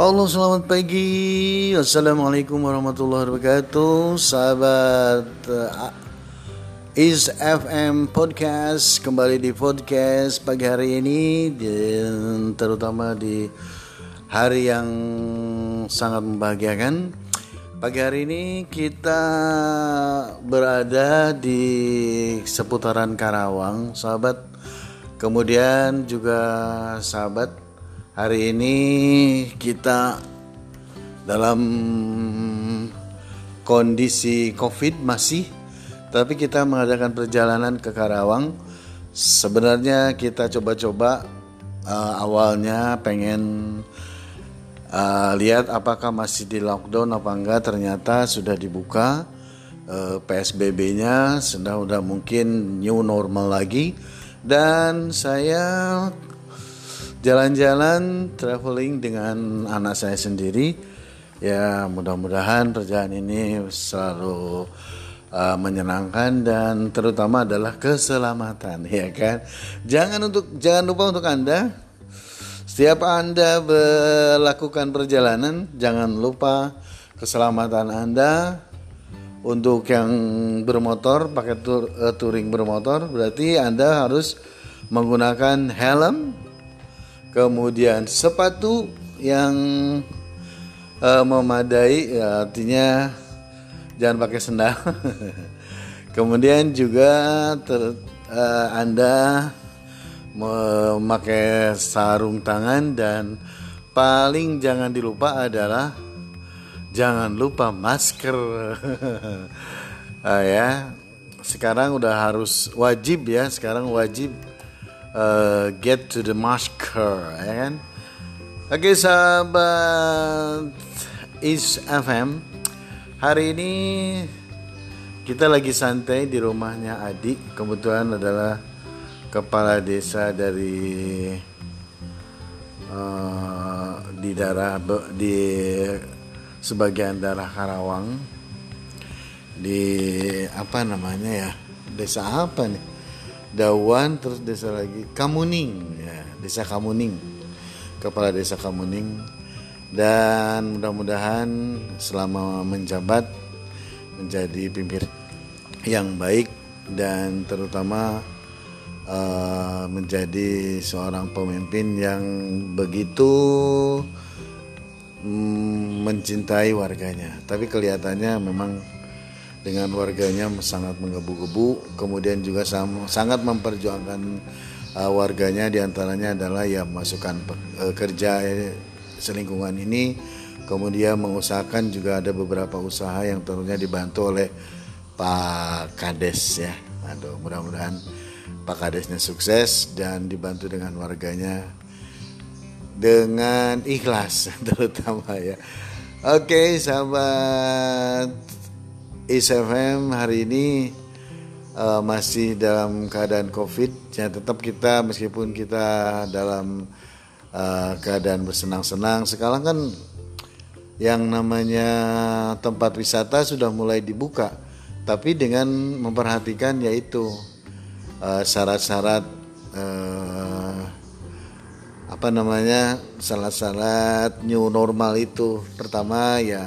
Halo, selamat pagi. Assalamualaikum warahmatullahi wabarakatuh. Sahabat Is FM Podcast, kembali di podcast pagi hari ini, dan terutama di hari yang sangat membahagiakan. Pagi hari ini kita berada di seputaran Karawang, sahabat. Kemudian juga sahabat, hari ini kita dalam kondisi COVID masih, tapi kita mengadakan perjalanan ke Karawang. Sebenarnya kita coba-coba awalnya pengen lihat apakah masih di lockdown apa enggak. Ternyata sudah dibuka PSBB-nya, sudah mungkin new normal lagi. Dan saya jalan-jalan traveling dengan anak saya sendiri. Ya, mudah-mudahan perjalanan ini selalu menyenangkan dan terutama adalah keselamatan, ya kan. Jangan lupa untuk Anda, setiap Anda melakukan perjalanan, jangan lupa keselamatan Anda. Untuk yang bermotor, pakai touring bermotor, berarti Anda harus menggunakan helm, kemudian sepatu yang memadai, ya, artinya jangan pakai sendal. Kemudian juga Anda memakai sarung tangan, dan paling jangan dilupa adalah jangan lupa masker. Ya, sekarang udah harus wajib ya, sekarang wajib get to the masker, ya kan? Oke, sahabat Is FM, hari ini kita lagi santai di rumahnya adik. Kebetulan adalah kepala desa dari di sebagian daerah Karawang, di apa namanya ya, desa apa nih, Dawan, terus desa lagi Kamuning ya, desa Kamuning, kepala desa Kamuning. Dan mudah-mudahan selama menjabat menjadi pimpinan yang baik, dan terutama menjadi seorang pemimpin yang begitu mencintai warganya. Tapi kelihatannya memang dengan warganya sangat menggebu-gebu, kemudian juga sangat memperjuangkan warganya. Diantaranya adalah ya masukkan kerja selingkungan ini, kemudian mengusahakan juga ada beberapa usaha yang tentunya dibantu oleh Pak Kades ya. Aduh, mudah-mudahan Pak Kadesnya sukses dan dibantu dengan warganya dengan ikhlas terutama ya. Oke, sahabat ISFM, hari ini masih dalam keadaan COVID ya. Tetap kita, meskipun kita dalam keadaan bersenang-senang, sekarang kan yang namanya tempat wisata sudah mulai dibuka, tapi dengan memperhatikan yaitu syarat-syarat syarat-syarat new normal itu. Pertama ya,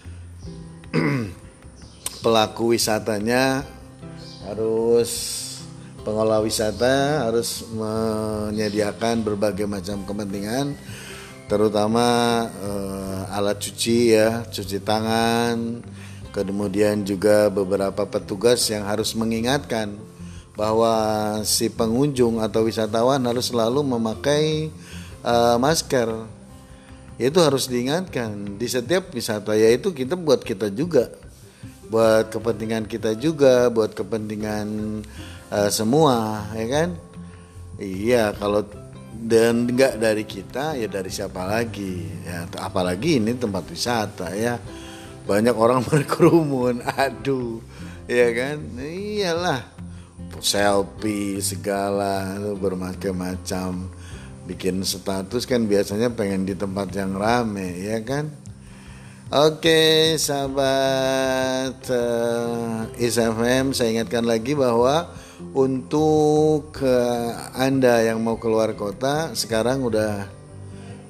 pelaku wisatanya harus, pengelola wisata harus menyediakan berbagai macam kepentingan, terutama alat cuci ya, cuci tangan. Kemudian juga beberapa petugas yang harus mengingatkan bahwa si pengunjung atau wisatawan harus selalu memakai masker. Itu harus diingatkan di setiap wisata, yaitu kita buat kita juga, buat kepentingan kita juga, buat kepentingan semua, ya kan? Iya, kalau dan enggak dari kita ya dari siapa lagi ya, apalagi ini tempat wisata ya, banyak orang berkerumun, aduh, ya kan? Iyalah, selfie segala bermacam-macam, bikin status kan biasanya pengen di tempat yang rame, ya kan? Oke, sahabat ISFM, saya ingatkan lagi bahwa untuk Anda yang mau keluar kota, sekarang udah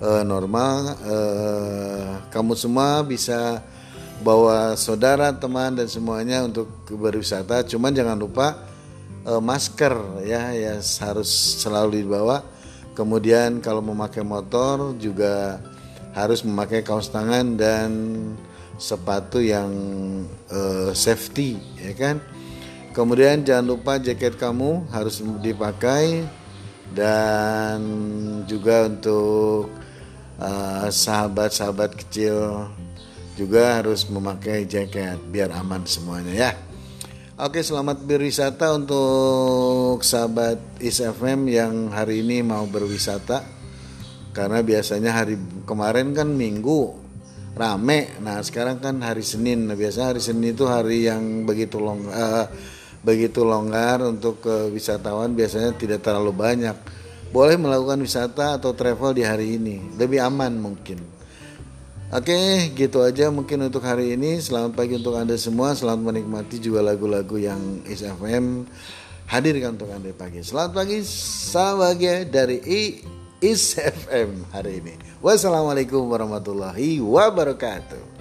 normal. Kamu semua bisa bawa saudara, teman dan semuanya untuk berwisata. Cuman jangan lupa masker ya harus selalu dibawa. Kemudian kalau memakai motor juga harus memakai kaos tangan dan sepatu yang safety ya kan. Kemudian jangan lupa jaket kamu harus dipakai, dan juga untuk sahabat-sahabat kecil juga harus memakai jaket biar aman semuanya ya. Oke, selamat berwisata untuk sahabat Is FM yang hari ini mau berwisata. Karena biasanya hari kemarin kan Minggu rame. Nah, sekarang kan hari Senin. Nah, biasanya hari Senin itu hari yang begitu longgar untuk wisatawan, biasanya tidak terlalu banyak. Boleh melakukan wisata atau travel di hari ini, lebih aman mungkin. Oke, gitu aja mungkin untuk hari ini. Selamat pagi untuk Anda semua. Selamat menikmati juga lagu-lagu yang Is FM hadirkan untuk Anda pagi. Selamat pagi, salam bahagia dari Is FM hari ini. Wassalamualaikum warahmatullahi wabarakatuh.